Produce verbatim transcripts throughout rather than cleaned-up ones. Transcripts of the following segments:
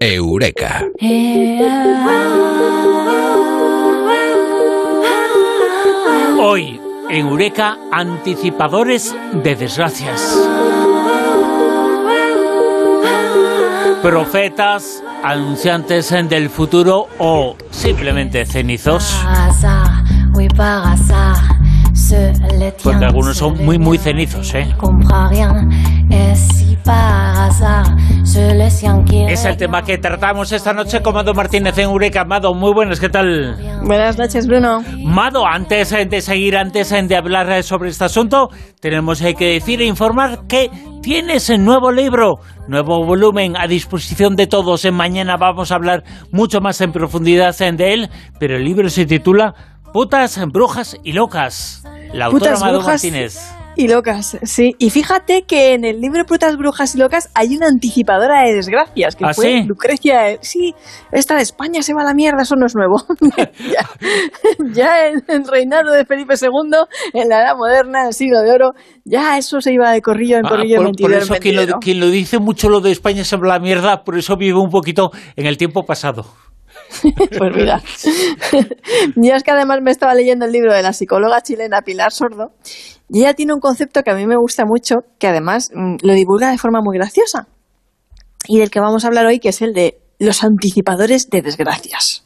Eureka. Hoy, en Eureka, anticipadores de desgracias. Profetas, anunciantes del futuro o simplemente cenizos. Porque algunos son muy, muy cenizos, ¿eh? Es el tema que tratamos esta noche con Mado Martínez en Eureka. Mado, muy buenas, ¿qué tal? Buenas noches, Bruno. Mado, antes de seguir, antes de hablar sobre este asunto, tenemos que decir e informar que tienes un nuevo libro, nuevo volumen a disposición de todos. Mañana vamos a hablar mucho más en profundidad de él, pero el libro se titula Putas, Brujas y Locas. La autora Mado Martínez. Y locas, sí. Y fíjate que en el libro Putas, Brujas y Locas hay una anticipadora de desgracias, que ¿Ah, fue sí? Lucrecia. Sí, esta de España se va a la mierda, eso no es nuevo. ya, ya en el reinado de Felipe segundo, en la Edad Moderna, en el siglo de oro, ya eso se iba de corrillo en corrillo. Ah, por, mentidero, por eso quien lo, quien lo dice mucho lo de España se va a la mierda, por eso vive un poquito en el tiempo pasado. Pues mira, yo es que además me estaba leyendo el libro de la psicóloga chilena Pilar Sordo y ella tiene un concepto que a mí me gusta mucho, que además mmm, lo divulga de forma muy graciosa y del que vamos a hablar hoy, que es el de los anticipadores de desgracias.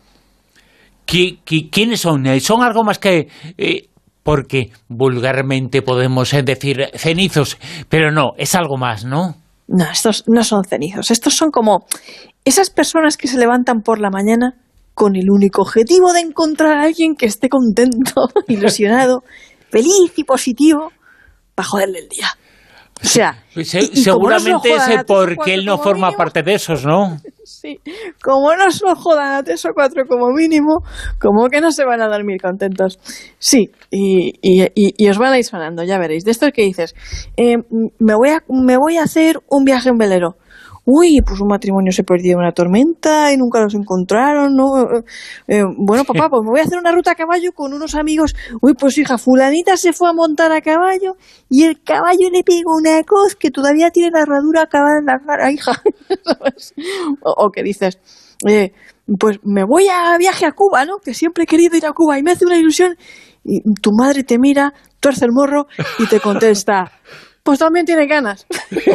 ¿Qui, qui, ¿Quiénes son? ¿Son algo más que...? Eh, porque vulgarmente podemos decir cenizos, pero no, es algo más, ¿no? No, estos no son cenizos, estos son como esas personas que se levantan por la mañana con el único objetivo de encontrar a alguien que esté contento, ilusionado, feliz y positivo para joderle el día. O sea, Se, y, y seguramente no es porque cuatro, él no forma mínimo, parte de esos, ¿no? Sí, como no se jodan a tres o cuatro como mínimo, como que no se van a dormir contentos. Sí, y, y, y, y os van a ir sonando, ya veréis. De esto que dices, eh, me, voy a, me voy a hacer un viaje en velero. Uy, pues un matrimonio se perdió en una tormenta y nunca los encontraron, ¿no? Eh, bueno, papá, pues me voy a hacer una ruta a caballo con unos amigos. Uy, pues hija, fulanita se fue a montar a caballo y el caballo le pegó una coz que todavía tiene la herradura acabada en la cara, hija. o, o que dices, eh, pues me voy a viaje a Cuba, ¿no? Que siempre he querido ir a Cuba y me hace una ilusión. Y tu madre te mira, tuerce el morro y te contesta... Pues también tiene ganas.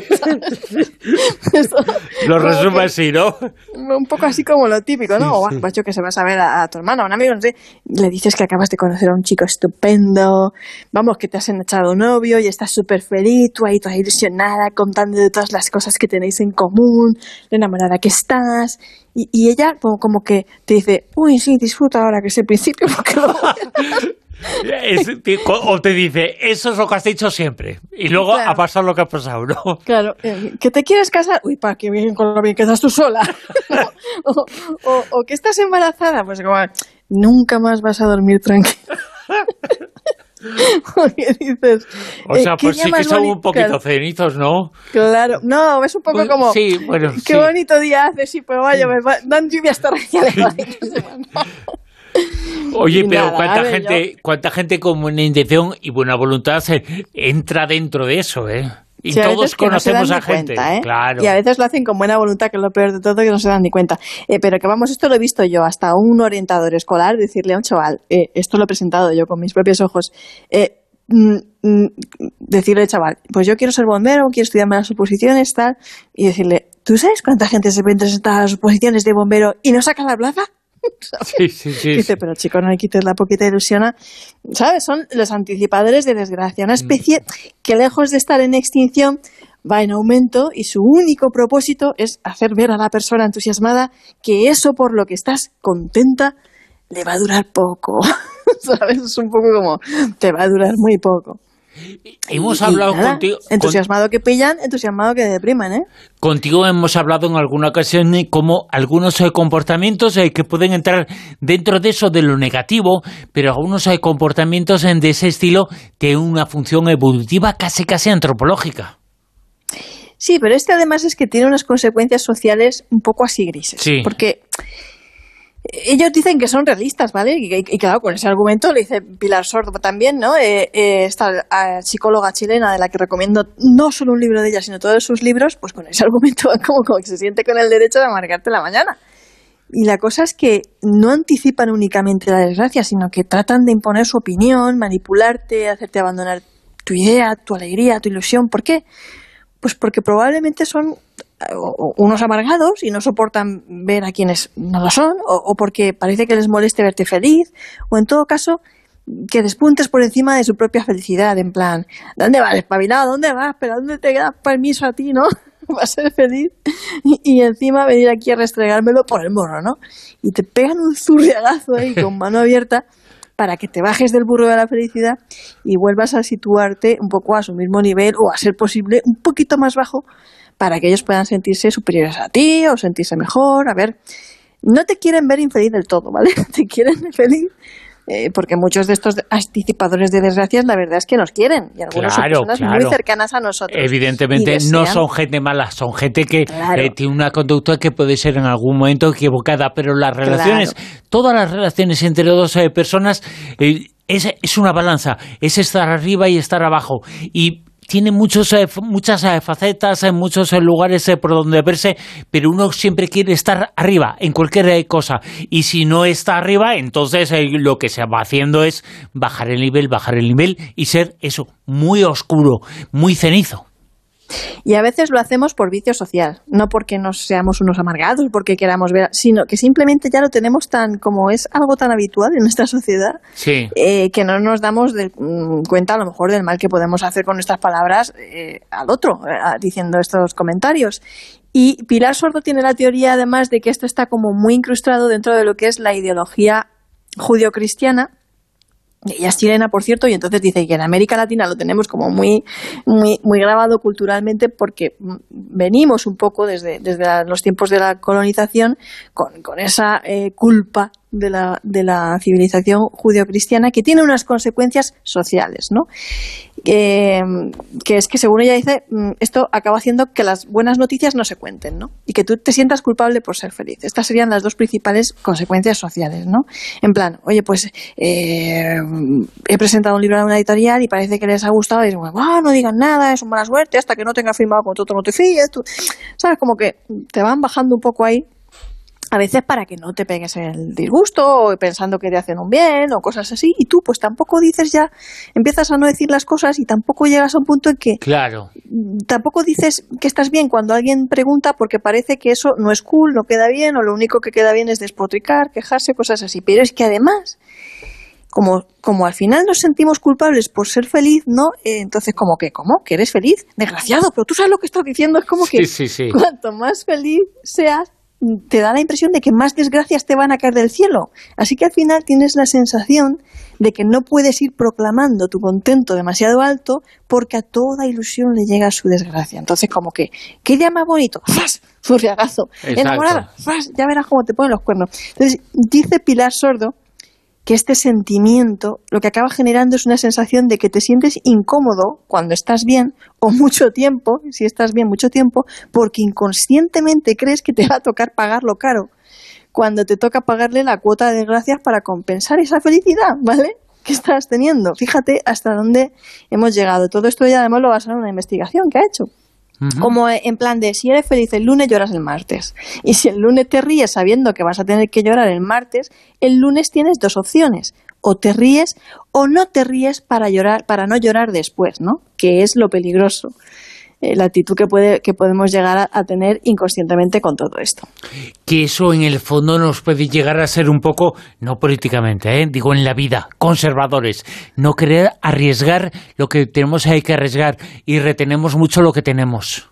Eso, lo resume así, ¿no? Un poco así como lo típico, ¿no? O sí, sí. que se vas a ver a, a tu hermano, a un amigo, no sé. Le dices que acabas de conocer a un chico estupendo. Vamos, que te has echado un novio y estás súper feliz. Tú ahí, toda ilusionada, contando de todas las cosas que tenéis en común. Lo enamorada que estás. Y, y ella como, como que te dice, uy, sí, disfruta ahora que es el principio porque lo voy a... Es, o te dice, eso es lo que has dicho siempre y luego claro. Ha pasado lo que ha pasado, ¿no? Claro, eh, que te quieres casar, uy, para que bien con lo bien que estás tú sola. o, o, o que estás embarazada, pues como, nunca más vas a dormir tranquila. Porque dices, o sea, eh, pues sí que son un poquito claro. cenizos, ¿no? Claro, no, es un poco pues, como, sí, bueno, qué sí. bonito día hace, sí, pero vaya, me va, dan lluvias torrenciales. Oye, pero nada, cuánta ver, gente, yo... cuánta gente con buena intención y buena voluntad se entra dentro de eso, ¿eh? Y sí, todos conocemos no a gente, cuenta, ¿eh? Claro. Y a veces lo hacen con buena voluntad, que es lo peor de todo, que no se dan ni cuenta. Eh, pero que vamos, esto lo he visto yo, hasta un orientador escolar, decirle a un chaval, eh, esto lo he presentado yo con mis propios ojos, eh, mm, mm, decirle al chaval, pues yo quiero ser bombero, quiero estudiarme las oposiciones, tal, y decirle, ¿tú sabes cuánta gente se presenta a las oposiciones de bombero y no saca la plaza? Sí, sí, sí. Dice, pero chico, no le quites la poquita ilusión a... ¿Sabes? Son los anticipadores de desgracia. Una especie que lejos de estar en extinción va en aumento y su único propósito es hacer ver a la persona entusiasmada que eso por lo que estás contenta le va a durar poco. ¿Sabes? Es un poco como, te va a durar muy poco. Hemos y, hablado y nada, contigo. Entusiasmado con, que pillan, entusiasmado que deprimen, ¿eh? Contigo hemos hablado en alguna ocasión como algunos eh, comportamientos eh, que pueden entrar dentro de eso, de lo negativo, pero algunos eh, comportamientos eh, de ese estilo tienen una función evolutiva casi casi antropológica. Sí, pero este además es que tiene unas consecuencias sociales un poco así grises. Sí. Porque ellos dicen que son realistas, ¿vale? Y, y, y claro, con ese argumento le dice Pilar Sordo también, ¿no? Eh, eh, esta eh, psicóloga chilena de la que recomiendo no solo un libro de ella, sino todos sus libros, pues con ese argumento como, como que se siente con el derecho de amargarte la mañana. Y la cosa es que no anticipan únicamente la desgracia, sino que tratan de imponer su opinión, manipularte, hacerte abandonar tu idea, tu alegría, tu ilusión. ¿Por qué? Pues porque probablemente son unos amargados y no soportan ver a quienes no lo son, o, o porque parece que les moleste verte feliz, o en todo caso que despuntes por encima de su propia felicidad, en plan, ¿dónde vas, espabilado? ¿Dónde vas? ¿Pero dónde te das permiso a ti, no? Va a ser feliz y, y encima venir aquí a restregármelo por el morro, ¿no? Y te pegan un zurriagazo ahí con mano abierta para que te bajes del burro de la felicidad y vuelvas a situarte un poco a su mismo nivel o, a ser posible, un poquito más bajo para que ellos puedan sentirse superiores a ti o sentirse mejor. A ver, no te quieren ver infeliz del todo, ¿vale? Te quieren feliz. Eh, porque muchos de estos anticipadores de desgracias la verdad es que nos quieren y algunos claro, son personas claro. muy cercanas a nosotros. Evidentemente no son gente mala, son gente que claro. eh, tiene una conducta que puede ser en algún momento equivocada, pero las relaciones, claro. todas las relaciones entre dos eh, personas eh, es, es una balanza, es estar arriba y estar abajo y tiene muchos, eh, muchas eh, facetas, en muchos eh, lugares eh, por donde verse, pero uno siempre quiere estar arriba en cualquier eh, cosa. Y si no está arriba, entonces eh, lo que se va haciendo es bajar el nivel, bajar el nivel y ser eso, muy oscuro, muy cenizo. Y a veces lo hacemos por vicio social, no porque nos seamos unos amargados, porque queramos ver, sino que simplemente ya lo tenemos tan, como es algo tan habitual en nuestra sociedad, sí. eh, que no nos damos de, mm, cuenta a lo mejor del mal que podemos hacer con nuestras palabras eh, al otro, eh, diciendo estos comentarios. Y Pilar Sordo tiene la teoría además de que esto está como muy incrustado dentro de lo que es la ideología judio-cristiana. Ella es chilena, por cierto, y entonces dice que en América Latina lo tenemos como muy, muy, muy grabado culturalmente porque venimos un poco desde, desde la, los tiempos de la colonización con, con esa eh, culpa de la, de la civilización judeocristiana que tiene unas consecuencias sociales, ¿no? Eh, que es que, según ella dice, esto acaba haciendo que las buenas noticias no se cuenten, ¿no? Y que tú te sientas culpable por ser feliz. Estas serían las dos principales consecuencias sociales, ¿no? En plan, oye, pues eh, he presentado un libro a una editorial y parece que les ha gustado y dicen, oh, no digan nada, es una mala suerte, hasta que no tenga firmado con otro no te fíes. Tú, ¿sabes? Como que te van bajando un poco ahí. A veces para que no te pegues el disgusto o pensando que te hacen un bien o cosas así, y tú pues tampoco dices ya, empiezas a no decir las cosas y tampoco llegas a un punto en que claro. tampoco dices que estás bien cuando alguien pregunta porque parece que eso no es cool, no queda bien o lo único que queda bien es despotricar, quejarse, cosas así. Pero es que además, como, como al final nos sentimos culpables por ser feliz, ¿no? Eh, entonces como que, ¿cómo? ¿Que eres feliz? Desgraciado, pero tú sabes lo que estás diciendo, es como que sí, sí, sí. cuanto más feliz seas, te da la impresión de que más desgracias te van a caer del cielo. Así que al final tienes la sensación de que no puedes ir proclamando tu contento demasiado alto porque a toda ilusión le llega su desgracia. Entonces como que, ¿qué día más bonito? ¡Zas! Zurriagazo. Enamorada. ¡Zas! Ya verás cómo te ponen los cuernos. Entonces dice Pilar Sordo que este sentimiento lo que acaba generando es una sensación de que te sientes incómodo cuando estás bien o mucho tiempo, si estás bien mucho tiempo, porque inconscientemente crees que te va a tocar pagarlo caro cuando te toca pagarle la cuota de desgracias para compensar esa felicidad, ¿vale?, que estás teniendo. Fíjate hasta dónde hemos llegado. Todo esto ya además lo basado en una investigación que ha hecho. Uh-huh. Como en plan de, si eres feliz el lunes, lloras el martes. Y si el lunes te ríes sabiendo que vas a tener que llorar el martes, el lunes tienes dos opciones. O te ríes o no te ríes para llorar, para no llorar después, ¿no? Que es lo peligroso. Eh, la actitud que puede que podemos llegar a, a tener inconscientemente con todo esto. Que eso en el fondo nos puede llegar a ser un poco, no políticamente, ¿eh? digo en la vida, conservadores, no querer arriesgar lo que tenemos hay que arriesgar y retenemos mucho lo que tenemos.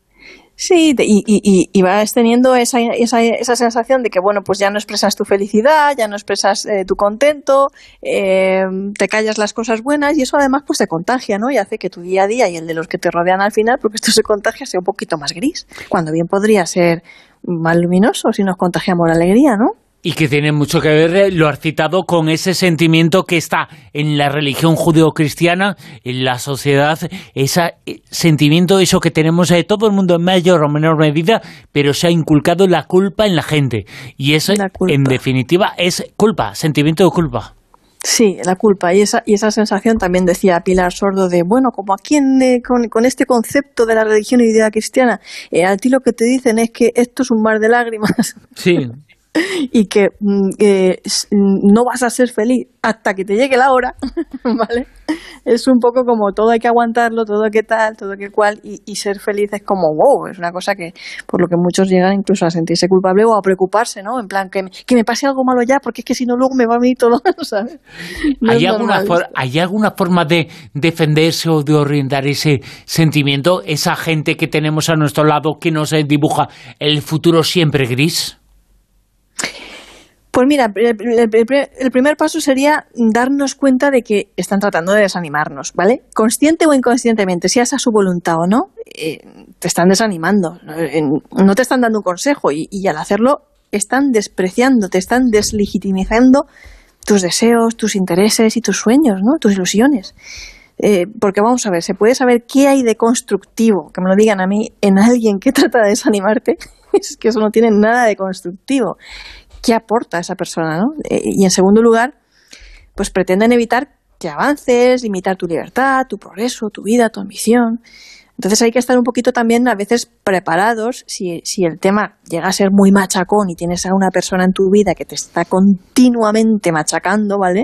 Sí, y, y, y vas teniendo esa, esa, esa sensación de que, bueno, pues ya no expresas tu felicidad, ya no expresas eh, tu contento, eh, te callas las cosas buenas y eso además pues te contagia, ¿no? Y hace que tu día a día y el de los que te rodean al final, porque esto se contagia, sea un poquito más gris, cuando bien podría ser más luminoso si nos contagiamos la alegría, ¿no? Y que tiene mucho que ver, lo has citado, con ese sentimiento que está en la religión judeocristiana, en la sociedad, ese sentimiento, eso que tenemos de todo el mundo en mayor o menor medida, pero se ha inculcado la culpa en la gente. Y eso, en definitiva, es culpa, sentimiento de culpa. Sí, la culpa. Y esa, y esa sensación también decía Pilar Sordo de, bueno, como aquí en, eh, con, con este concepto de la religión y idea cristiana, eh, a ti lo que te dicen es que esto es un mar de lágrimas. Sí. Y que eh, no vas a ser feliz hasta que te llegue la hora, ¿vale? Es un poco como todo hay que aguantarlo, todo que tal, todo que cual, y, y ser feliz es como wow, es una cosa que por lo que muchos llegan incluso a sentirse culpable o a preocuparse, ¿no? En plan, que, que me pase algo malo ya, porque es que si no luego me va a venir todo, ¿sabes? No ¿Hay, alguna for- ¿Hay alguna forma de defenderse o de orientar ese sentimiento? Esa gente que tenemos a nuestro lado que nos dibuja el futuro siempre gris. Pues mira, el, el, el primer paso sería darnos cuenta de que están tratando de desanimarnos, ¿vale? Consciente o inconscientemente, sea esa su voluntad o no, eh, te están desanimando, no te están dando un consejo y, y al hacerlo están despreciando, te están deslegitimizando tus deseos, tus intereses y tus sueños, ¿no? Tus ilusiones. Eh, porque vamos a ver, se puede saber qué hay de constructivo, que me lo digan a mí, en alguien que trata de desanimarte, es que eso no tiene nada de constructivo. ¿Qué aporta esa persona, no? Eh, y en segundo lugar, pues pretenden evitar que avances, limitar tu libertad, tu progreso, tu vida, tu ambición. Entonces hay que estar un poquito también a veces preparados si, si el tema llega a ser muy machacón y tienes a una persona en tu vida que te está continuamente machacando, ¿vale?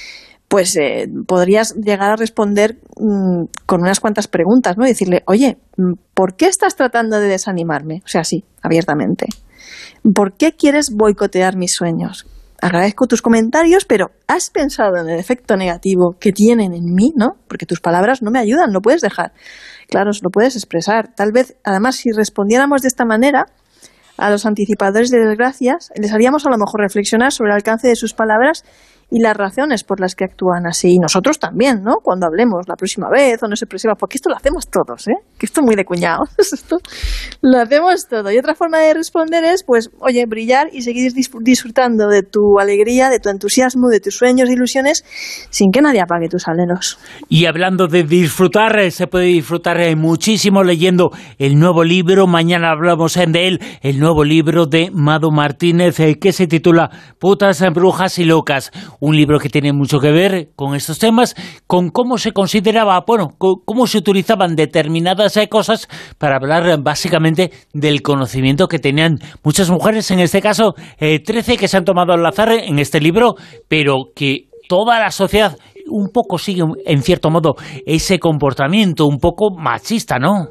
Pues eh, podrías llegar a responder mmm, con unas cuantas preguntas, ¿no? Y decirle, oye, ¿por qué estás tratando de desanimarme? O sea, sí, abiertamente. ¿Por qué quieres boicotear mis sueños? Agradezco tus comentarios, pero ¿has pensado en el efecto negativo que tienen en mí, no? Porque tus palabras no me ayudan, no puedes dejar. Claro, lo puedes expresar. Tal vez, además, si respondiéramos de esta manera a los anticipadores de desgracias, les haríamos a lo mejor reflexionar sobre el alcance de sus palabras y las razones por las que actúan así. Y nosotros también, ¿no? Cuando hablemos la próxima vez o nos expresemos, porque esto lo hacemos todos, ¿eh? Que esto es muy de cuñados, esto lo hacemos todo. Y otra forma de responder es, pues, oye, brillar y seguir disfrutando de tu alegría, de tu entusiasmo, de tus sueños e ilusiones, sin que nadie apague tus aleros. Y hablando de disfrutar, se puede disfrutar muchísimo leyendo el nuevo libro, mañana hablamos de él, el nuevo libro de Mado Martínez, que se titula Putas, Brujas y Locas. Un libro que tiene mucho que ver con estos temas, con cómo se consideraba, bueno, cómo se utilizaban determinadas cosas para hablar básicamente del conocimiento que tenían muchas mujeres, en este caso eh, trece que se han tomado al azar en este libro, pero que toda la sociedad un poco sigue, en cierto modo, ese comportamiento un poco machista, ¿no?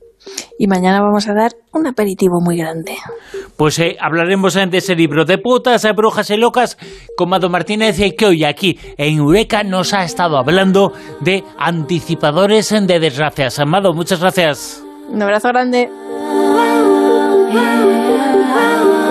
Y mañana vamos a dar un aperitivo muy grande. Pues eh, hablaremos de ese libro de Putas, Brujas y Locas con Mado Martínez, que hoy aquí en Eureka nos ha estado hablando de anticipadores de desgracias. Mado, muchas gracias. Un abrazo grande.